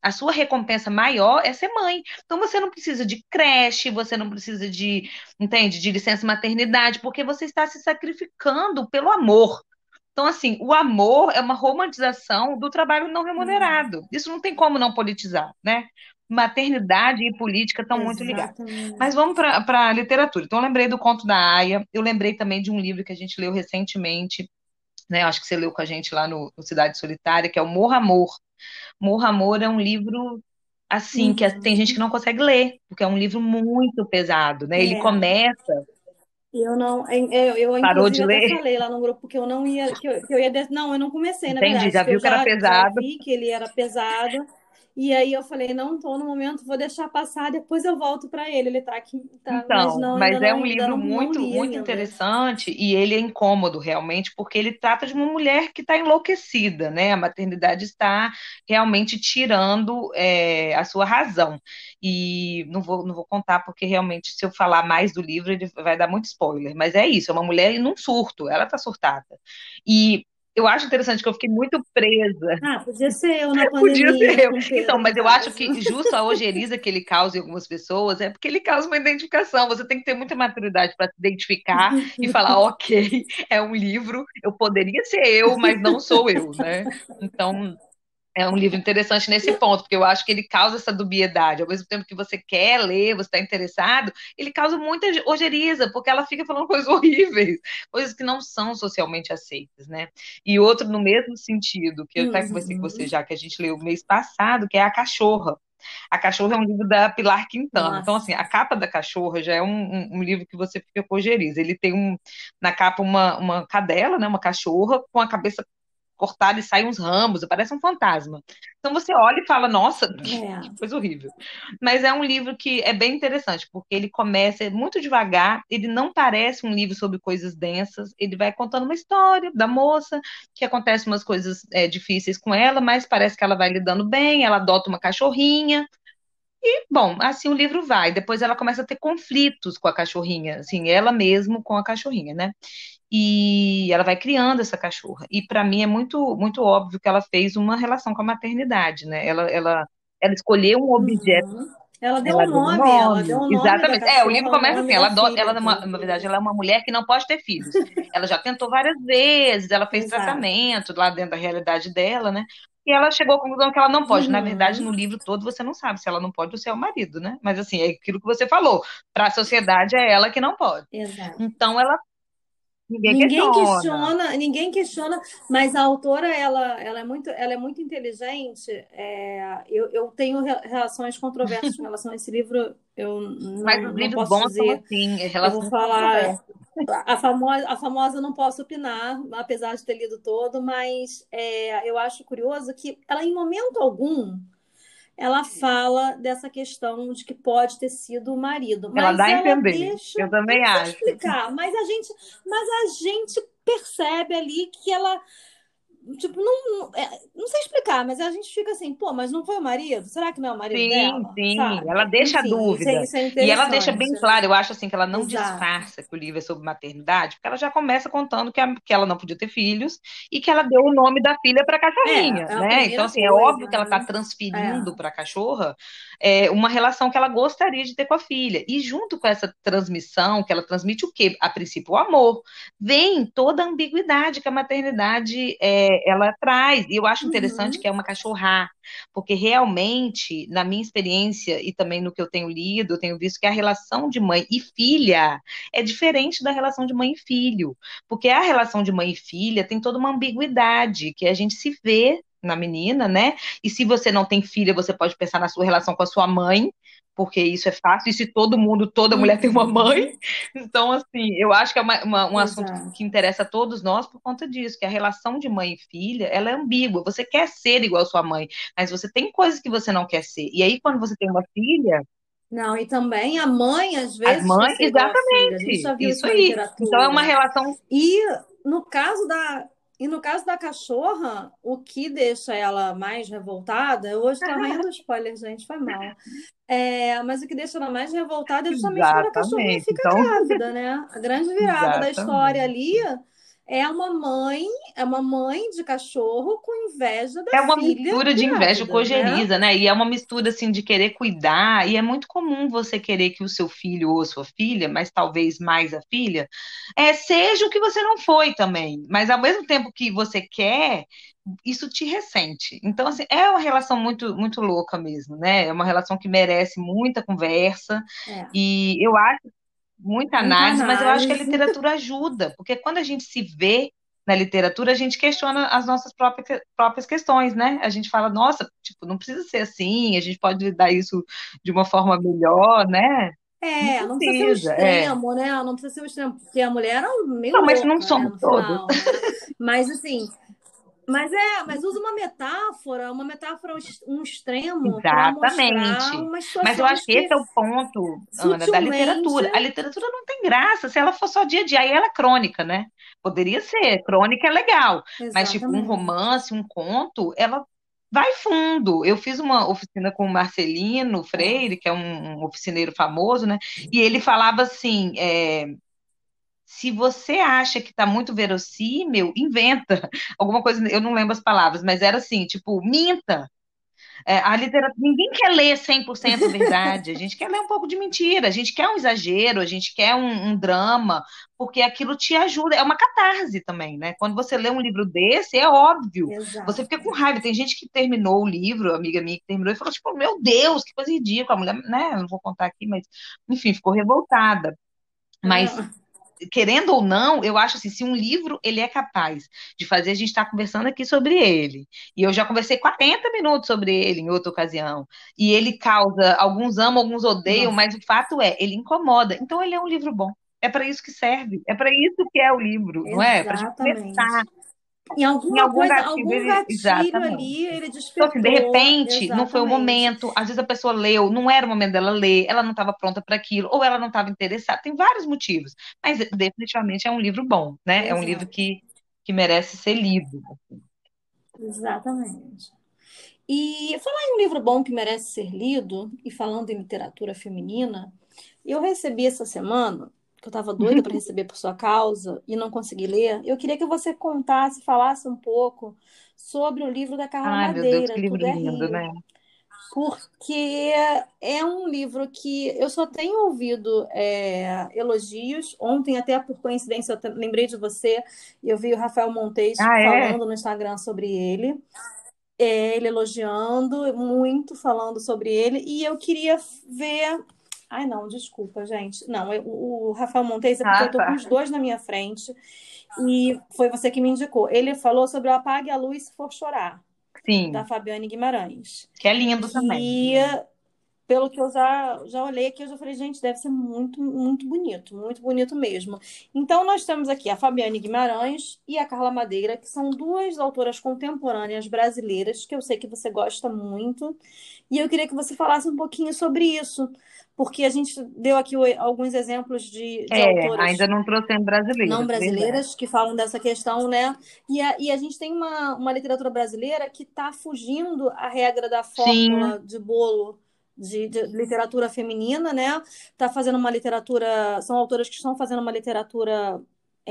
a sua recompensa maior é ser mãe. Então você não precisa de creche, você não precisa de, entende, de licença maternidade, porque você está se sacrificando pelo amor. Então, assim, o amor é uma romantização do trabalho não remunerado. Isso não tem como não politizar, né? Maternidade e política estão muito ligados. Mas Exatamente. vamos para a literatura. Então, eu lembrei do Conto da Aia, eu lembrei também de um livro que a gente leu recentemente, né? Acho que você leu com a gente lá no Cidade Solitária, que é o Morra Amor. Morra Amor é um livro assim que tem gente que Uhum. não consegue ler, porque é um livro muito pesado, né? Ele É, começa, eu não, eu parou de inclusive até ler, falei lá no grupo que eu não ia, que eu ia, não, eu não comecei, na entendi, verdade, já que eu viu que era já pesado. vi que ele era pesado, e aí eu falei, não tô no momento, vou deixar passar, depois eu volto para ele, ele tá aqui, tá, mas Então, não, mas é um ainda livro não muito, li muito ainda. interessante e ele é incômodo realmente, porque ele trata de uma mulher que está enlouquecida, né? A maternidade está realmente tirando a sua razão. E não vou contar, porque realmente, se eu falar mais do livro, ele vai dar muito spoiler. Mas é isso, é uma mulher num surto, ela está surtada. E eu acho interessante que eu fiquei muito presa. Ah, podia ser eu na Podia ser pandemia eu. com o Então, Pedro em mas eu acho casa. que justo a ojeriza que ele causa em algumas pessoas é porque ele causa uma identificação. Você tem que ter muita maturidade para se identificar e falar, ok, é um livro, eu poderia ser eu, mas não sou eu, né? Então, é um livro interessante nesse ponto, porque eu acho que ele causa essa dubiedade. Ao mesmo tempo que você quer ler, você está interessado, ele causa muita ojeriza, porque ela fica falando coisas horríveis, coisas que não são socialmente aceitas, né? E outro no mesmo sentido, que eu até conversei com você Uhum. já, que a gente leu mês passado, que é A Cachorra. A Cachorra é um livro da Pilar Quintana. Então, assim, Nossa. a capa da Cachorra já é um livro que você fica com ojeriza. Ele tem na capa uma cadela, né, uma cachorra, com a cabeça cortada e saem uns ramos, parece um fantasma. Então você olha e fala, nossa, que É. coisa horrível. Mas é um livro que é bem interessante, porque ele começa muito devagar, ele não parece um livro sobre coisas densas, ele vai contando uma história da moça, que acontece umas coisas difíceis com ela, mas parece que ela vai lidando bem, ela adota uma cachorrinha, bom, assim o livro vai. Depois ela começa a ter conflitos com a cachorrinha, assim, ela mesmo com a cachorrinha, né? E ela vai criando essa cachorra. E para mim é muito, muito óbvio que ela fez uma relação com a maternidade, né? Ela escolheu um objeto, Uhum. ela deu um Ela deu nome, o nome da exatamente. É, o livro cachorra, o começa assim, nome ela da adota, filha ela, dela. na verdade, ela é uma mulher que não pode ter filhos. Ela já tentou várias vezes, ela fez Exato. tratamento lá dentro da realidade dela, né? E ela chegou à conclusão que ela não pode. Na verdade, Uhum. no livro todo você não sabe se ela não pode ou se é o marido, né? Mas assim, é aquilo que você falou. Para a sociedade é ela que não pode. Exato. Então ela ninguém questiona. Ninguém questiona, mas a autora ela é muito inteligente. Eu tenho relações controversas com relação a esse livro. Eu Mas os não livros posso bons são dizer. assim, Eu vou relações falar controversas. a famosa eu não posso opinar, apesar de ter lido todo, mas eu acho curioso que ela em momento algum ela fala dessa questão de que pode ter sido o marido, Ela mas dá a ela entender. deixa, Eu eu também não sei acho. explicar, mas a gente percebe ali que ela, tipo, não sei explicar, mas a gente fica assim, pô, mas não foi o marido? Será que não é o marido Sim, dela? sim, ela Sabe? deixa a Enfim, dúvida. isso é E ela deixa interessante. bem claro, eu acho assim que ela não Exato. disfarça que o livro é sobre maternidade, porque ela já começa contando que ela não podia ter filhos e que ela deu o nome da filha para a cachorrinha, É a né? Então, primeira assim, é coisa, óbvio que ela está né? transferindo É. para a cachorra uma relação que ela gostaria de ter com a filha. E junto com essa transmissão, que ela transmite o quê? A princípio, o amor. Vem toda a ambiguidade que a maternidade ela traz. E eu acho interessante Uhum. que é uma cachorra porque realmente, na minha experiência e também no que eu tenho lido, eu tenho visto que a relação de mãe e filha é diferente da relação de mãe e filho, porque a relação de mãe e filha tem toda uma ambiguidade que a gente se vê na menina, né? E se você não tem filha, você pode pensar na sua relação com a sua mãe, porque isso é fácil, e se todo mundo, toda mulher tem uma mãe, Uhum. então, assim, eu acho que é um assunto Exato. que interessa a todos nós por conta disso, que a relação de mãe e filha, ela é ambígua. Você quer ser igual a sua mãe, mas você tem coisas que você não quer ser. E aí, quando você tem uma filha, Não, e também a mãe às as vezes quer mães, ser igual à filha. A gente exatamente, já viu isso isso na aí. Então, é uma literatura. relação, E no caso da no caso da cachorra, o que deixa ela mais revoltada, eu hoje estou vendo spoiler, gente, foi mal. Mas o que deixa ela mais revoltada é justamente quando a cachorrinha exatamente. fica Então, grávida, né? A grande virada da história exatamente. ali é uma mãe, é uma mãe de cachorro com inveja da É uma filha mistura de inveja com grávida, né? ojeriza, né? E é uma mistura assim de querer cuidar, e é muito comum você querer que o seu filho ou a sua filha, mas talvez mais a filha, seja o que você não foi também. Mas ao mesmo tempo que você quer, isso te ressente. Então, assim, é uma relação muito, muito louca mesmo, né? É uma relação que merece muita conversa, É, e eu acho muita muita análise, mas eu acho que a análise. literatura ajuda, porque quando a gente se vê na literatura, a gente questiona as nossas próprias questões, né? A gente fala, nossa, tipo, não precisa ser assim, a gente pode lidar isso de uma forma melhor, né? Não É, não precisa ser o precisa, é. extremo, né? Não precisa ser o extremo, porque a mulher era meio Não, mas não louca, né, somos no todos. final, né? Mas assim, mas usa uma metáfora, um extremo para mostrar Exatamente. umas Mas eu acho situações que que esse é o ponto, Ana, da sutilmente, literatura. A literatura não tem graça se ela for só dia a dia. Aí ela é crônica, né? Poderia ser. Crônica é legal. Mas, tipo, um exatamente. romance, um conto, ela vai fundo. Eu fiz uma oficina com o Marcelino É, Freire, que é um oficineiro famoso, né? E ele falava assim: se você acha que está muito verossímil, inventa alguma coisa. Eu não lembro as palavras, mas era assim, tipo, minta. A literatura, ninguém quer ler 100% verdade, a gente quer ler um pouco de mentira, a gente quer um exagero, a gente quer um drama, porque aquilo te ajuda, é uma catarse também, né? Quando você lê um livro desse, é óbvio, você fica com exato. raiva. Tem gente que terminou o livro, amiga minha que terminou, e falou, tipo, meu Deus, que coisa ridícula, a mulher, né? Eu não vou contar aqui, mas, enfim, ficou revoltada. Mas Ah, querendo ou não, eu acho assim, se um livro ele é capaz de fazer a gente estar conversando aqui sobre ele, e eu já conversei 40 minutos sobre ele em outra ocasião, e ele causa, alguns amam, alguns odeiam, nossa, mas o fato é, ele incomoda. Então ele é um livro bom. É para isso que serve, é para isso que é o livro, não é? Para a gente começar. exatamente. Em Em alguma algum coisa, gatilho, algum gatilho exatamente. ali, ele Então, assim, de despertou, repente, não foi o exatamente. momento, às vezes a pessoa leu, não era o momento dela ler, ela não estava pronta para aquilo, ou ela não estava interessada, tem vários motivos, mas definitivamente é um livro bom, né? É um livro Exato, que merece ser lido. exatamente. E falar em um livro bom que merece ser lido, e falando em literatura feminina, eu recebi essa semana, que eu estava doida para receber por sua causa e não consegui ler. Eu queria que você contasse, falasse um pouco sobre o livro da Carla Ai, meu Deus, que Madeira, livro Tudo é lindo, Rio. né? Porque é um livro que eu só tenho ouvido elogios. Ontem, até por coincidência, lembrei de você e eu vi o Rafael Montes Ah, é? falando no Instagram sobre ele. Ele elogiando muito, falando sobre ele. E eu queria ver. Ai, não, desculpa, gente. Não, o Rafael Montes é porque eu Ah, tô com tá. os dois na minha frente e foi você que me indicou. Ele falou sobre o Apague a Luz se For Chorar, da Sim, Fabiane Guimarães. que é lindo também. Que pelo que eu já olhei aqui, eu já falei, gente, deve ser muito bonito mesmo. Então, nós temos aqui a Fabiane Guimarães e a Carla Madeira, que são duas autoras contemporâneas brasileiras, que eu sei que você gosta muito, e eu queria que você falasse um pouquinho sobre isso, porque a gente deu aqui alguns exemplos de Ainda autoras não trouxe não brasileiros, verdade. brasileiras que falam dessa questão, né? E a gente tem uma literatura brasileira que está fugindo à regra da Sim, fórmula de bolo de literatura feminina, né? Tá fazendo uma literatura, são autoras que estão fazendo uma literatura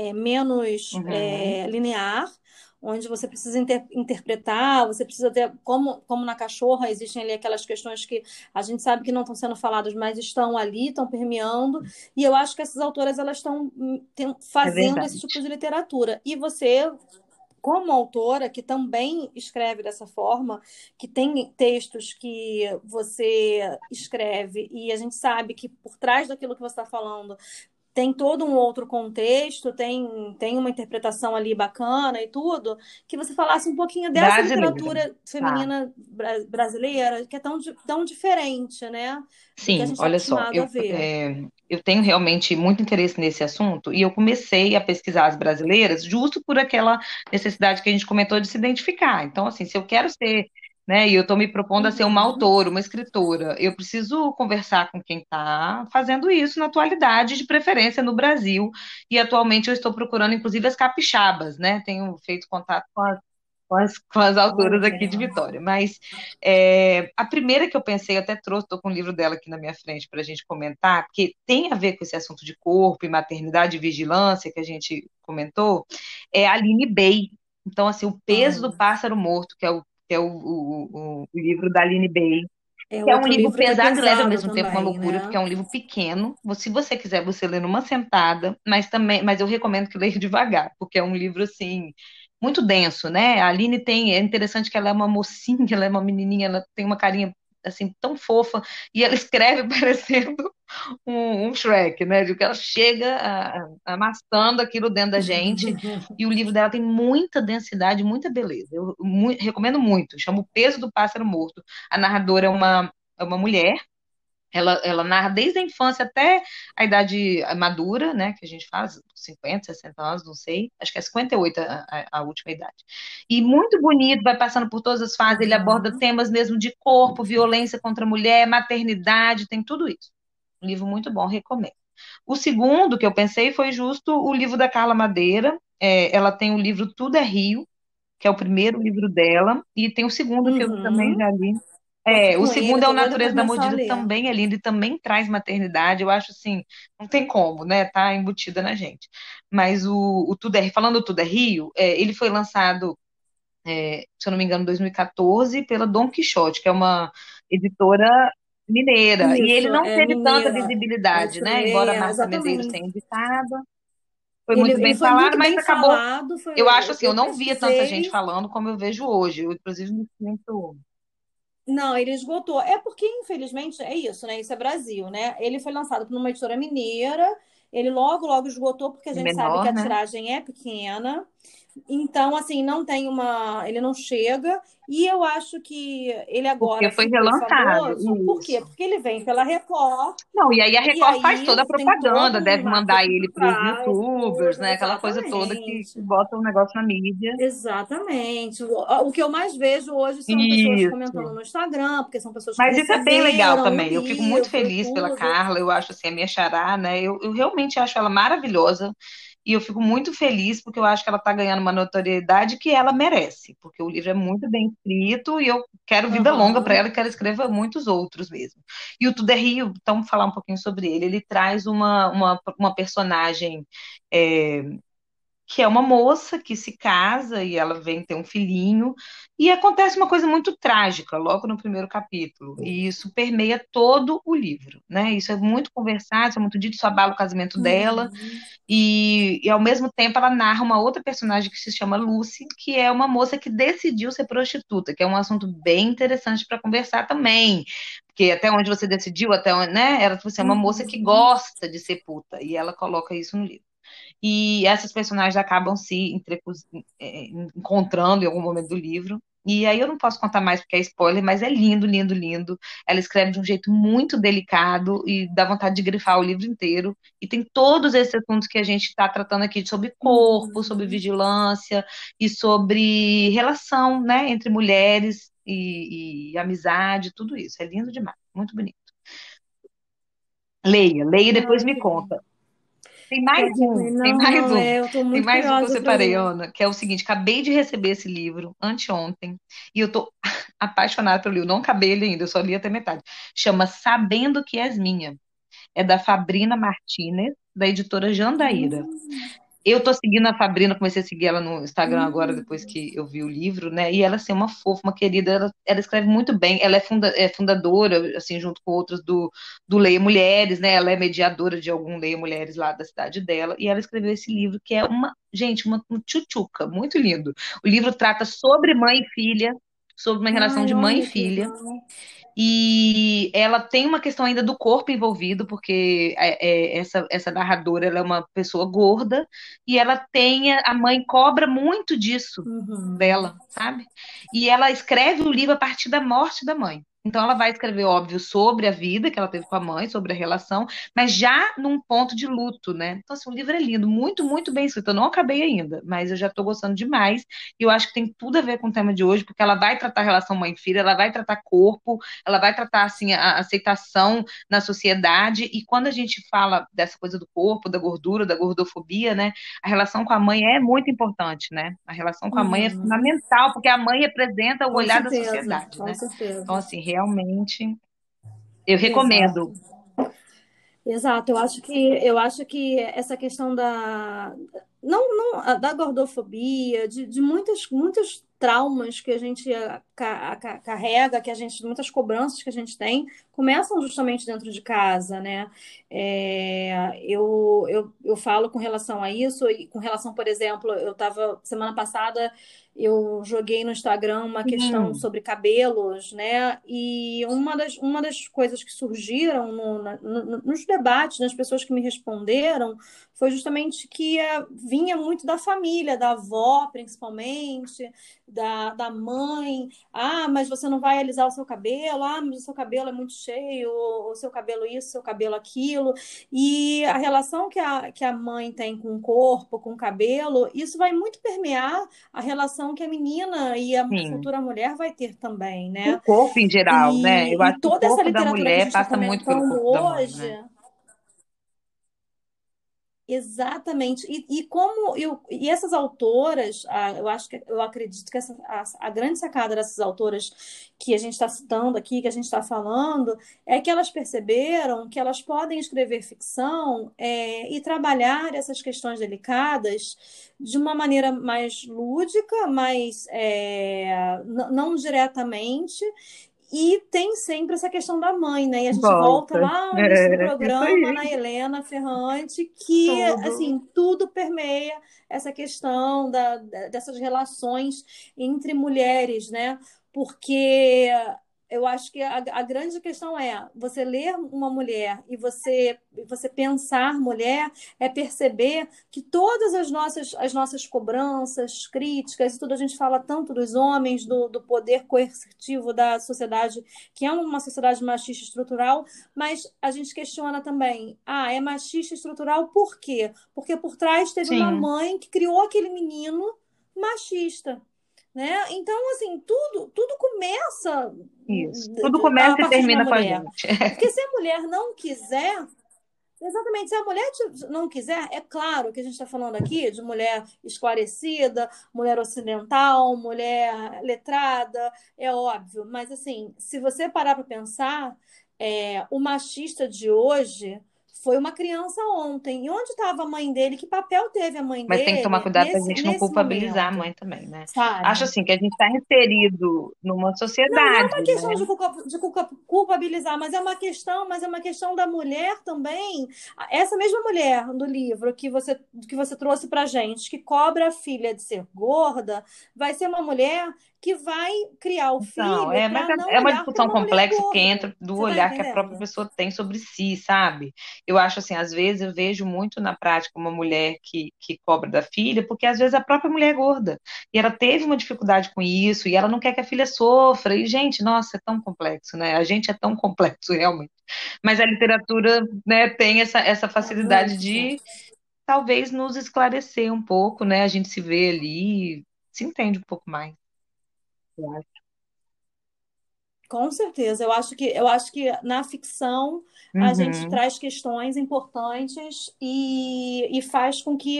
menos uhum, linear, onde você precisa interpretar, você precisa ter, como na Cachorra, existem ali aquelas questões que a gente sabe que não estão sendo faladas, mas estão ali, estão permeando, e eu acho que essas autoras elas estão é fazendo esse verdade. tipo de literatura. E você, como autora, que também escreve dessa forma, que tem textos que você escreve e a gente sabe que por trás daquilo que você está falando tem todo um outro contexto, tem uma interpretação ali bacana e tudo, que você falasse um pouquinho dessa Brasileira, literatura tá. feminina brasileira, que é tão diferente, né, do que a Sim, gente está olha só, acostumado a ver. eu tenho realmente muito interesse nesse assunto e eu comecei a pesquisar as brasileiras justo por aquela necessidade que a gente comentou de se identificar. Então, assim, se eu quero ser, né, e eu estou me propondo a ser uma Uhum. autora, uma escritora, eu preciso conversar com quem está fazendo isso na atualidade, de preferência no Brasil. E atualmente eu estou procurando, inclusive, as capixabas, né? Tenho feito contato com as com as Olha autoras que aqui de legal. Vitória. Mas a primeira que eu pensei, eu até trouxe, estou com o livro dela aqui na minha frente para a gente comentar, porque tem a ver com esse assunto de corpo e maternidade e vigilância que a gente comentou, é a Aline Bey. Então, assim, O Peso do Ah, Pássaro Morto, que é o livro da Aline Bey, é que é um outro livro livro que é pesado e leve ao pesado mesmo tempo, uma também, loucura, porque né? é um livro pequeno. Se você quiser, você lê numa sentada, mas eu recomendo que leia devagar, porque é um livro assim muito denso, né? A Aline é interessante que ela é uma mocinha, ela é uma menininha, ela tem uma carinha assim tão fofa e ela escreve parecendo um Shrek, né? De que ela chega amassando aquilo dentro da gente. E o livro dela tem muita densidade, muita beleza. Eu recomendo muito. Chama O Peso do Pássaro Morto. A narradora é uma mulher. Ela narra desde a infância até a idade madura, né? Que a gente faz, 50, 60 anos, não sei. Acho que é 58 a última idade. E muito bonito, vai passando por todas as fases. Ele aborda Uhum, temas mesmo de corpo, violência contra a mulher, maternidade, tem tudo isso. Um livro muito bom, recomendo. O segundo que eu pensei foi justo o livro da Carla Madeira. Ela tem o livro Tudo é Rio, que é o primeiro livro dela, e tem o segundo que eu também uhum. já li. Tô O com ele, segundo é O tô doida pra Natureza da começar a Mordida, ler. também é lindo e também traz maternidade. Eu acho assim, não tem como, né? Tá embutida na gente. Mas o Tudo é, falando do Tudo é Rio, ele foi lançado, se eu não me engano, em 2014, pela Dom Quixote, que é uma editora mineira. E ele Isso, não é teve tanta mineira. visibilidade, Pode né? Embora a crer, Márcia Medeiros exatamente. tenha indicado, foi muito Ele bem foi falado, muito mas bem acabou. falado. Eu acho assim, eu Eu não via tanta gente pesquisei. falando como eu vejo hoje. Eu, inclusive, me sinto Não, ele esgotou. É porque, infelizmente, é isso, né? Isso é Brasil, né? Ele foi lançado por uma editora mineira. Ele logo esgotou, porque a gente sabe que menor, a né? tiragem é pequena. Então, assim, não tem uma. Ele não chega. E eu acho que ele Porque agora foi ficou relançado. famoso. Por quê? Isso. Porque ele vem pela Record. Não, e aí a E Record faz aí toda a tem todo propaganda, um deve mandar marketing ele por para os trás e YouTubers, tudo. né? Aquela coisa toda que Exatamente. bota o negócio na mídia. Exatamente. O que eu mais vejo hoje são pessoas comentando Isso. no Instagram, porque são pessoas que Mas isso é bem legal receberam o também. Eu fico muito livro, feliz pela tudo. Carla. Eu acho assim, a minha xará, né? Eu realmente acho ela maravilhosa. E eu fico muito feliz porque eu acho que ela está ganhando uma notoriedade que ela merece. Porque o livro é muito bem escrito e eu quero vida longa para Aham. ela e quero escrever muitos outros mesmo. E o Tudo é Rio, então, vamos falar um pouquinho sobre ele. Ele traz uma personagem. é, que é uma moça que se casa e ela vem ter um filhinho, e acontece uma coisa muito trágica logo no primeiro capítulo, e isso permeia todo o livro, né? Isso é muito conversado, isso é muito dito, isso abala o casamento dela, Uhum. e ao mesmo tempo ela narra uma outra personagem que se chama Lucy, que é uma moça que decidiu ser prostituta, que é um assunto bem interessante para conversar também. Porque até onde você decidiu, até onde, né? Ela, tipo assim, é uma moça que Uhum. gosta de ser puta, e ela coloca isso no livro. E essas personagens acabam se encontrando em algum momento do livro. E aí eu não posso contar mais porque é spoiler, mas é lindo, lindo, lindo. Ela escreve de um jeito muito delicado e dá vontade de grifar o livro inteiro. E tem todos esses assuntos que a gente está tratando aqui sobre corpo, sobre Uhum. vigilância e sobre relação, né, entre mulheres e amizade, tudo isso. É lindo demais, muito bonito. Leia, leia e depois Ai, me que bom. conta. Tem mais Quero que um, venha. tem Não, mais não, um. eu tô Tem muito mais um que eu curiosa para separei, ler. Ana, que é o seguinte: acabei de receber esse livro anteontem e eu tô apaixonada pelo livro. Não acabei ele ainda, eu só li até metade. Chama Sabendo que És Minha. É da Fabrina Martinez, da editora Jandaíra. Hum, Eu tô seguindo a Fabrina, comecei a seguir ela no Instagram agora, depois hum, que eu vi o livro, né? E ela, assim, é uma fofa, uma querida, ela escreve muito bem, ela é fundadora, assim, junto com outras do Leia Mulheres, né? Ela é mediadora de algum Leia Mulheres lá da cidade dela, e ela escreveu esse livro que é gente, uma tchutchuca, muito lindo. O livro trata sobre mãe e filha, sobre uma relação ai, de mãe e olha que filha, legal. e ela tem uma questão ainda do corpo envolvido, porque essa narradora ela é uma pessoa gorda e ela tem a mãe cobra muito disso Uhum. dela, sabe? E ela escreve o livro a partir da morte da mãe. Então, ela vai escrever, óbvio, sobre a vida que ela teve com a mãe, sobre a relação, mas já num ponto de luto, né? Então, assim, o livro é lindo, muito, muito bem escrito. Eu não acabei ainda, mas eu já estou gostando demais. E eu acho que tem tudo a ver com o tema de hoje, porque ela vai tratar a relação mãe-filha, ela vai tratar corpo, ela vai tratar, assim, a aceitação na sociedade. E quando a gente fala dessa coisa do corpo, da gordura, da gordofobia, né? A relação com a mãe é muito importante, né? A relação com a mãe é Uhum. fundamental, porque a mãe representa o Com olhar da certeza, sociedade, com né? Então, certeza. assim, realmente, eu recomendo. Exato. Exato, eu acho que essa questão da da gordofobia, de muitos traumas que a gente carrega, que a gente, muitas cobranças que a gente tem, começam justamente dentro de casa, né? Eu falo com relação a isso, e com relação, por exemplo, eu estava semana passada. Eu joguei no Instagram uma questão Sim, sobre cabelos, né? E uma das coisas que surgiram nos debates, das pessoas que me responderam, foi justamente que vinha muito da família, da avó, principalmente, da mãe. Ah, mas você não vai alisar o seu cabelo? Ah, mas o seu cabelo é muito cheio, o seu cabelo isso, o seu cabelo aquilo. E a relação que a mãe tem com o corpo, com o cabelo, isso vai muito permear a relação que a menina e a sim. futura mulher vai ter também, O né? corpo em geral, né? Eu E acho que o toda essa corpo da literatura que a mulher gente está passa muito pelo comentando corpo da mãe, hoje. né? Exatamente. E essas autoras, eu acredito que a grande sacada dessas autoras que a gente está citando aqui, que a gente está falando, é que elas perceberam que elas podem escrever ficção, e trabalhar essas questões delicadas de uma maneira mais lúdica, mais não diretamente, e tem sempre essa questão da mãe, né? E a gente volta Volta. lá no início do É, isso programa, na aí. Helena Ferrante, que, Tudo. assim, tudo permeia essa questão dessas relações entre mulheres, né? Porque eu acho que a grande questão é você ler uma mulher e você pensar mulher é perceber que todas as nossas cobranças, críticas, e tudo a gente fala tanto dos homens, do poder coercitivo da sociedade, que é uma sociedade machista estrutural, mas a gente questiona também, é machista estrutural por quê? Porque por trás teve uma Sim, mãe que criou aquele menino machista. Né? Então, assim, tudo começa isso. Tudo a começa e partir de uma termina com a mulher. gente. Porque se a mulher não quiser, exatamente, se a mulher não quiser, é claro que a gente está falando aqui de mulher esclarecida, mulher ocidental, mulher letrada, é óbvio, mas assim, se você parar para pensar, o machista de hoje foi uma criança ontem. E onde estava a mãe dele? Que papel teve a mãe Mas tem que tomar dele cuidado para a nesse, gente não nesse culpabilizar a momento? mãe também, né? Acho Sabe? assim que a gente está inserido numa Não é sociedade, uma questão né? de culpabilizar, mas é uma questão da mulher também. Essa mesma mulher do livro que você trouxe pra gente, que cobra a filha de ser gorda, vai ser uma mulher que vai criar o Então, filho mas para não é uma olhar para discussão uma mulher complexa que gorda. entra do Você tá olhar que a própria entendendo? pessoa tem sobre si, sabe? Eu acho assim, às vezes eu vejo muito na prática uma mulher que cobra da filha, porque às vezes a própria mulher é gorda. E ela teve uma dificuldade com isso, e ela não quer que a filha sofra. E, gente, nossa, é tão complexo, né? A gente é tão complexo, realmente. Mas a literatura, né, tem essa É facilidade muito. de talvez nos esclarecer um pouco, né? A gente se vê ali, se entende um pouco mais, eu acho. Com certeza, eu acho que na ficção a gente Uhum. traz questões importantes e faz com que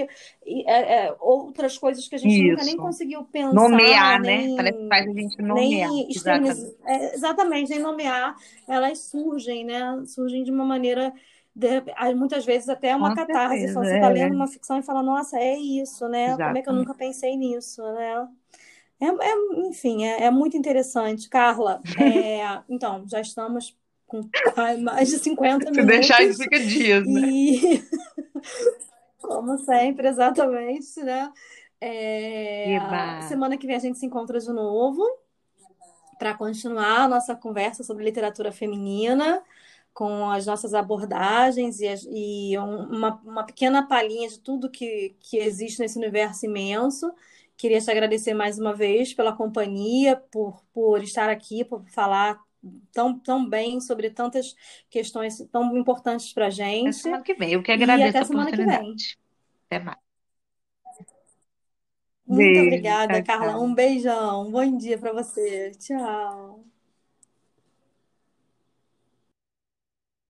outras coisas que a gente nunca nem Isso. conseguiu pensar, Nomear, né? Parece que faz a nem, gente nomear. nem Exatamente. externizar, exatamente, nem nomear, elas surgem, né? Surgem de uma maneira, muitas vezes até uma Com catarse. certeza, Você está lendo é. uma ficção e fala, nossa, é isso, né? Como é que eu Exatamente. nunca pensei nisso, né? Enfim, é muito interessante. Carla, então, já estamos com mais de 50 Se deixar, a gente minutos fica dias, né? e, como sempre, exatamente, né? Eba. Semana que vem a gente se encontra de novo para continuar a nossa conversa sobre literatura feminina, com as nossas abordagens e uma pequena palhinha de tudo que existe nesse universo imenso. Queria te agradecer mais uma vez pela companhia, por estar aqui, por falar tão bem sobre tantas questões tão importantes para a Até gente. semana que vem. Eu que E agradeço até a semana que vem. oportunidade. Até mais. Muito Beijo. obrigada, Tchau, Carla. Um tchau. beijão. Bom dia para você. Tchau.